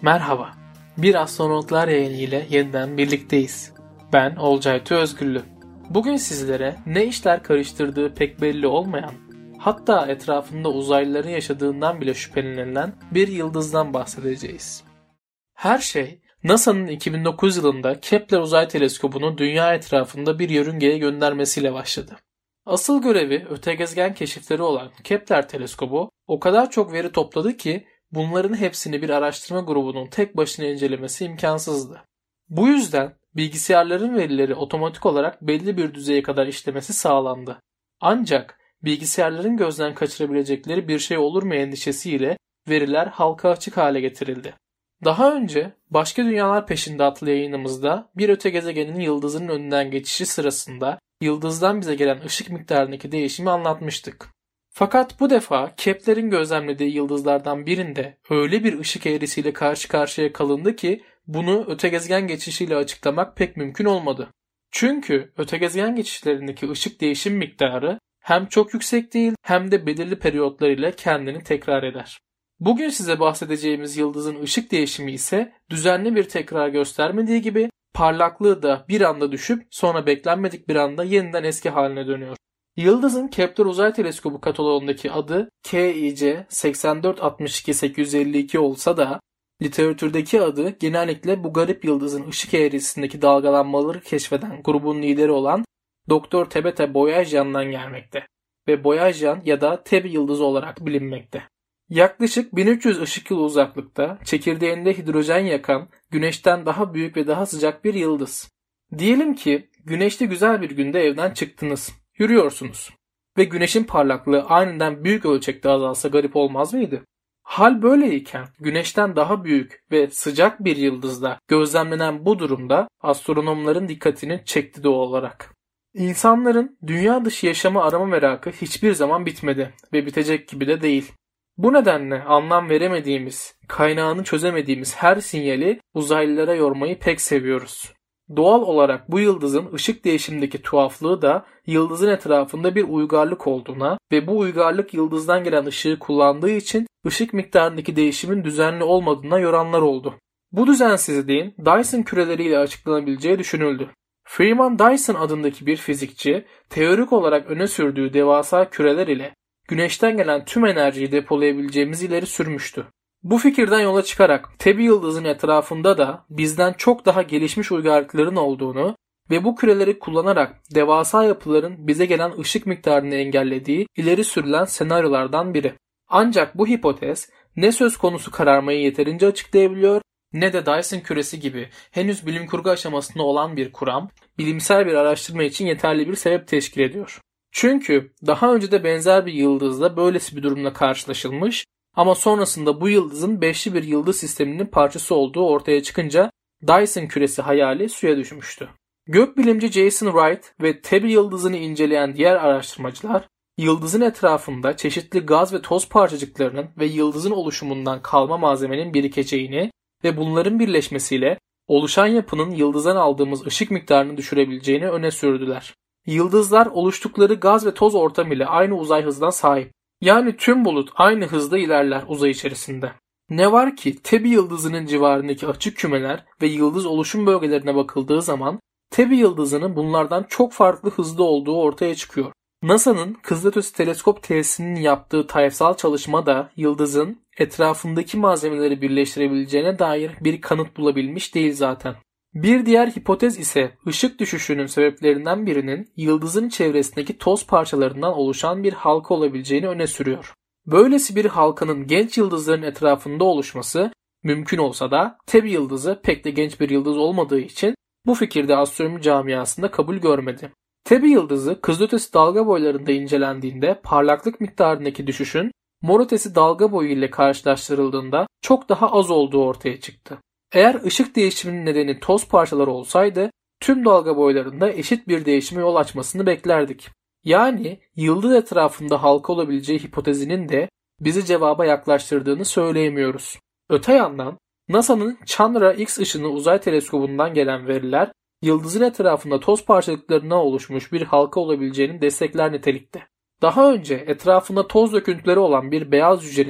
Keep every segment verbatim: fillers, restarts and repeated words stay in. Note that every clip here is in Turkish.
Merhaba, bir astronotlar yayını ile yeniden birlikteyiz. Ben Olcay Özgürlü. Bugün sizlere ne işler karıştırdığı pek belli olmayan, hatta etrafında uzaylıların yaşadığından bile şüphelenilen bir yıldızdan bahsedeceğiz. Her şey, NASA'nın iki bin dokuz yılında Kepler Uzay Teleskobu'nu Dünya etrafında bir yörüngeye göndermesiyle başladı. Asıl görevi öte gezegen keşifleri olan Kepler Teleskobu o kadar çok veri topladı ki bunların hepsini bir araştırma grubunun tek başına incelemesi imkansızdı. Bu yüzden bilgisayarların verileri otomatik olarak belli bir düzeye kadar işlemesi sağlandı. Ancak bilgisayarların gözden kaçırabilecekleri bir şey olur mu endişesiyle veriler halka açık hale getirildi. Daha önce Başka Dünyalar Peşinde adlı yayınımızda bir öte gezegenin yıldızının önünden geçişi sırasında yıldızdan bize gelen ışık miktarındaki değişimi anlatmıştık. Fakat bu defa Kepler'in gözlemlediği yıldızlardan birinde öyle bir ışık eğrisiyle karşı karşıya kalındı ki bunu öte gezegen geçişiyle açıklamak pek mümkün olmadı. Çünkü öte gezegen geçişlerindeki ışık değişim miktarı hem çok yüksek değil hem de belirli periyotlar ile kendini tekrar eder. Bugün size bahsedeceğimiz yıldızın ışık değişimi ise düzenli bir tekrar göstermediği gibi parlaklığı da bir anda düşüp sonra beklenmedik bir anda yeniden eski haline dönüyor. Yıldızın Kepler Uzay Teleskobu kataloğundaki adı K I C seksen dört altmış iki sekiz yüz elli iki olsa da literatürdeki adı genellikle bu garip yıldızın ışık eğrisindeki dalgalanmaları keşfeden grubun lideri olan Doktor Tebete Boyajian'dan gelmekte ve Boyajian ya da Tebi yıldızı olarak bilinmekte. Yaklaşık bin üç yüz ışık yılı uzaklıkta çekirdeğinde hidrojen yakan, Güneş'ten daha büyük ve daha sıcak bir yıldız. Diyelim ki Güneş'te güzel bir günde evden çıktınız, yürüyorsunuz ve Güneş'in parlaklığı aniden büyük ölçekte azalsa garip olmaz mıydı? Hal böyleyken Güneş'ten daha büyük ve sıcak bir yıldızda gözlemlenen bu durumda astronomların dikkatini çekti doğal olarak. İnsanların dünya dışı yaşamı arama merakı hiçbir zaman bitmedi ve bitecek gibi de değil. Bu nedenle anlam veremediğimiz, kaynağını çözemediğimiz her sinyali uzaylılara yormayı pek seviyoruz. Doğal olarak bu yıldızın ışık değişimindeki tuhaflığı da yıldızın etrafında bir uygarlık olduğuna ve bu uygarlık yıldızdan gelen ışığı kullandığı için ışık miktarındaki değişimin düzenli olmadığına yoranlar oldu. Bu düzensizliğin Dyson küreleriyle açıklanabileceği düşünüldü. Freeman Dyson adındaki bir fizikçi teorik olarak öne sürdüğü devasa küreler ile Güneşten gelen tüm enerjiyi depolayabileceğimizi ileri sürmüştü. Bu fikirden yola çıkarak Tebi yıldızının etrafında da bizden çok daha gelişmiş uygarlıkların olduğunu ve bu küreleri kullanarak devasa yapıların bize gelen ışık miktarını engellediği ileri sürülen senaryolardan biri. Ancak bu hipotez ne söz konusu kararmayı yeterince açıklayabiliyor ne de Dyson küresi gibi henüz bilim kurgu aşamasında olan bir kuram, bilimsel bir araştırma için yeterli bir sebep teşkil ediyor. Çünkü daha önce de benzer bir yıldızla böylesi bir durumla karşılaşılmış ama sonrasında bu yıldızın beşli bir yıldız sisteminin parçası olduğu ortaya çıkınca Dyson küresi hayali suya düşmüştü. Gökbilimci Jason Wright ve Tebi yıldızını inceleyen diğer araştırmacılar, yıldızın etrafında çeşitli gaz ve toz parçacıklarının ve yıldızın oluşumundan kalma malzemenin birikeceğini ve bunların birleşmesiyle oluşan yapının yıldızdan aldığımız ışık miktarını düşürebileceğini öne sürdüler. Yıldızlar oluştukları gaz ve toz ortamı ile aynı uzay hızına sahip. Yani tüm bulut aynı hızda ilerler uzay içerisinde. Ne var ki Tebi yıldızının civarındaki açık kümeler ve yıldız oluşum bölgelerine bakıldığı zaman Tebi yıldızının bunlardan çok farklı hızda olduğu ortaya çıkıyor. NASA'nın Kızılötesi Teleskop tesisinin yaptığı tayfsal çalışma da yıldızın etrafındaki malzemeleri birleştirebileceğine dair bir kanıt bulabilmiş değil zaten. Bir diğer hipotez ise ışık düşüşünün sebeplerinden birinin yıldızın çevresindeki toz parçalarından oluşan bir halka olabileceğini öne sürüyor. Böylesi bir halkanın genç yıldızların etrafında oluşması mümkün olsa da Tebi yıldızı pek de genç bir yıldız olmadığı için bu fikirde astronomi camiasında kabul görmedi. Tebi yıldızı kızılötesi dalga boylarında incelendiğinde parlaklık miktarındaki düşüşün mor ötesi dalga boyu ile karşılaştırıldığında çok daha az olduğu ortaya çıktı. Eğer ışık değişiminin nedeni toz parçaları olsaydı tüm dalga boylarında eşit bir değişime yol açmasını beklerdik. Yani yıldız etrafında halka olabileceği hipotezinin de bizi cevaba yaklaştırdığını söyleyemiyoruz. Öte yandan NASA'nın Chandra X ışını uzay teleskobundan gelen veriler yıldızın etrafında toz parçacıklarından oluşmuş bir halka olabileceğini destekler nitelikte. Daha önce etrafında toz döküntüleri olan bir beyaz hücrenin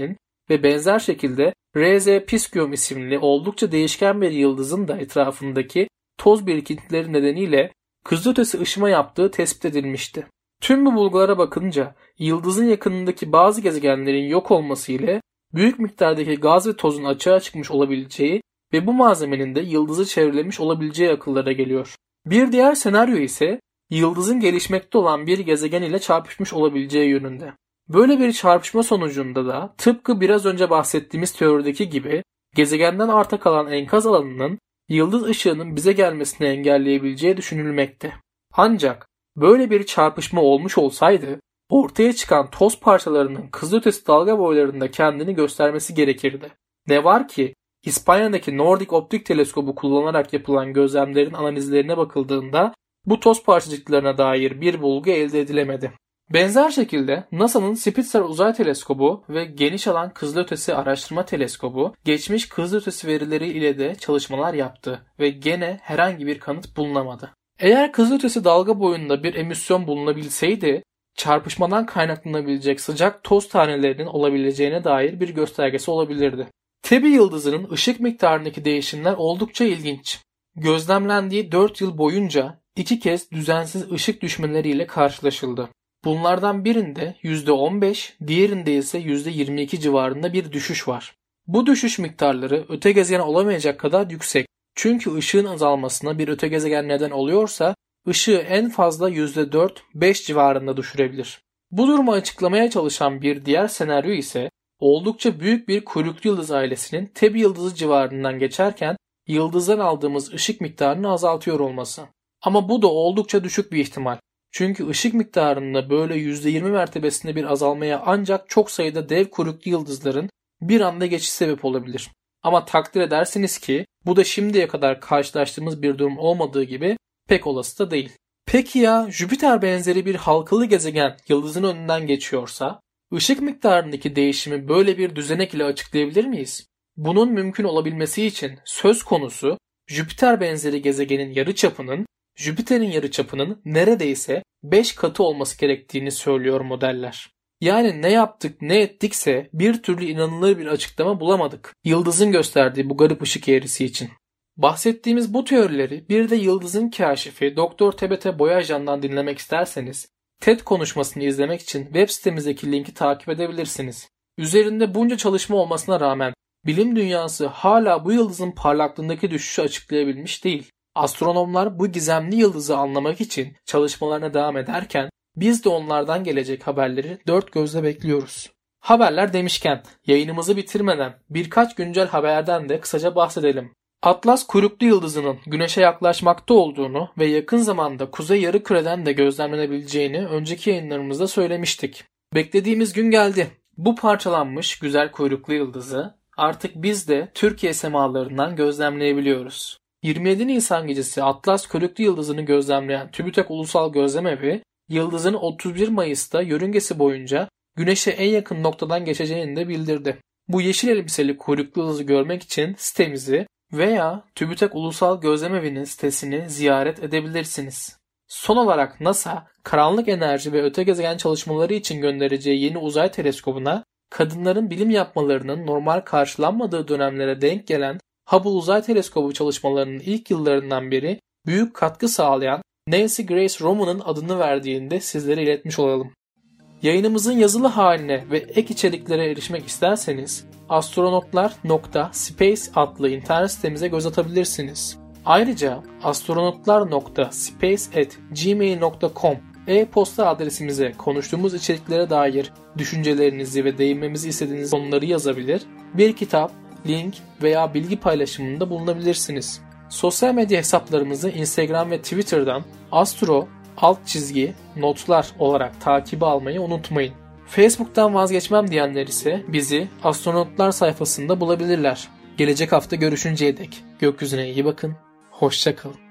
ve benzer şekilde R Z Piscium isimli oldukça değişken bir yıldızın da etrafındaki toz birikintileri nedeniyle kızılötesi ışıma yaptığı tespit edilmişti. Tüm bu bulgulara bakınca yıldızın yakınındaki bazı gezegenlerin yok olması ile büyük miktardaki gaz ve tozun açığa çıkmış olabileceği ve bu malzemenin de yıldızı çevrelemiş olabileceği akıllara geliyor. Bir diğer senaryo ise yıldızın gelişmekte olan bir gezegen ile çarpışmış olabileceği yönünde. Böyle bir çarpışma sonucunda da tıpkı biraz önce bahsettiğimiz teorideki gibi gezegenden arta kalan enkaz alanının yıldız ışığının bize gelmesini engelleyebileceği düşünülmekte. Ancak böyle bir çarpışma olmuş olsaydı ortaya çıkan toz parçalarının kızılötesi dalga boylarında kendini göstermesi gerekirdi. Ne var ki İspanya'daki Nordic Optik Teleskobu kullanarak yapılan gözlemlerin analizlerine bakıldığında bu toz parçacıklarına dair bir bulgu elde edilemedi. Benzer şekilde NASA'nın Spitzer Uzay Teleskobu ve Geniş Alan Kızılötesi Araştırma Teleskobu geçmiş kızılötesi verileri ile de çalışmalar yaptı ve gene herhangi bir kanıt bulunamadı. Eğer kızılötesi dalga boyunda bir emisyon bulunabilseydi çarpışmadan kaynaklanabilecek sıcak toz tanelerinin olabileceğine dair bir göstergesi olabilirdi. Tebi yıldızının ışık miktarındaki değişimler oldukça ilginç. Gözlemlendiği dört yıl boyunca iki kez düzensiz ışık düşmeleriyle karşılaşıldı. Bunlardan birinde yüzde on beş, diğerinde ise yüzde yirmi iki civarında bir düşüş var. Bu düşüş miktarları öte gezegen olamayacak kadar yüksek. Çünkü ışığın azalmasına bir öte gezegen neden oluyorsa ışığı en fazla yüzde dört beş civarında düşürebilir. Bu durumu açıklamaya çalışan bir diğer senaryo ise oldukça büyük bir kuyruklu yıldız ailesinin Tebi yıldızı civarından geçerken yıldızdan aldığımız ışık miktarını azaltıyor olması. Ama bu da oldukça düşük bir ihtimal. Çünkü ışık miktarında böyle yüzde yirmi mertebesinde bir azalmaya ancak çok sayıda dev kuyruklu yıldızların bir anda geçiş sebep olabilir. Ama takdir edersiniz ki bu da şimdiye kadar karşılaştığımız bir durum olmadığı gibi pek olası da değil. Peki ya Jüpiter benzeri bir halkalı gezegen yıldızın önünden geçiyorsa ışık miktarındaki değişimi böyle bir düzenek ile açıklayabilir miyiz? Bunun mümkün olabilmesi için söz konusu Jüpiter benzeri gezegenin yarıçapının Jüpiter'in yarıçapının neredeyse beş katı olması gerektiğini söylüyor modeller. Yani ne yaptık ne ettikse bir türlü inanılır bir açıklama bulamadık yıldızın gösterdiği bu garip ışık eğrisi için. Bahsettiğimiz bu teorileri bir de yıldızın kaşifi Doktor Tebete Boyajan'dan dinlemek isterseniz TED konuşmasını izlemek için web sitemizdeki linki takip edebilirsiniz. Üzerinde bunca çalışma olmasına rağmen bilim dünyası hala bu yıldızın parlaklığındaki düşüşü açıklayabilmiş değil. Astronomlar bu gizemli yıldızı anlamak için çalışmalarına devam ederken biz de onlardan gelecek haberleri dört gözle bekliyoruz. Haberler demişken yayınımızı bitirmeden birkaç güncel haberden de kısaca bahsedelim. Atlas kuyruklu yıldızının Güneş'e yaklaşmakta olduğunu ve yakın zamanda Kuzey Yarıküre'den de gözlemlenebileceğini önceki yayınlarımızda söylemiştik. Beklediğimiz gün geldi. Bu parçalanmış güzel kuyruklu yıldızı artık biz de Türkiye semalarından gözlemleyebiliyoruz. yirmi yedi Nisan gecesi Atlas kuyruklu yıldızını gözlemleyen TÜBİTAK Ulusal Gözlemevi, yıldızın otuz bir Mayıs'ta yörüngesi boyunca Güneş'e en yakın noktadan geçeceğini de bildirdi. Bu yeşil elbiseli kuyruklu yıldızı görmek için sitemizi veya TÜBİTAK Ulusal Gözlemevi'nin sitesini ziyaret edebilirsiniz. Son olarak NASA, karanlık enerji ve öte gezegen çalışmaları için göndereceği yeni uzay teleskobuna kadınların bilim yapmalarının normal karşılanmadığı dönemlere denk gelen Hubble Uzay Teleskobu çalışmalarının ilk yıllarından beri büyük katkı sağlayan Nancy Grace Roman'ın adını verdiğini de sizlere iletmiş olalım. Yayınımızın yazılı haline ve ek içeriklere erişmek isterseniz astronotlar nokta space adlı internet sitemize göz atabilirsiniz. Ayrıca astronotlar nokta space at gmail nokta com e-posta adresimize konuştuğumuz içeriklere dair düşüncelerinizi ve değinmemizi istediğiniz konuları yazabilir, bir kitap, link veya bilgi paylaşımında bulunabilirsiniz. Sosyal medya hesaplarımızı Instagram ve Twitter'dan astro alt çizgi notlar olarak takibi almayı unutmayın. Facebook'tan vazgeçmem diyenler ise bizi astronotlar sayfasında bulabilirler. Gelecek hafta görüşünceye dek gökyüzüne iyi bakın, hoşça kalın.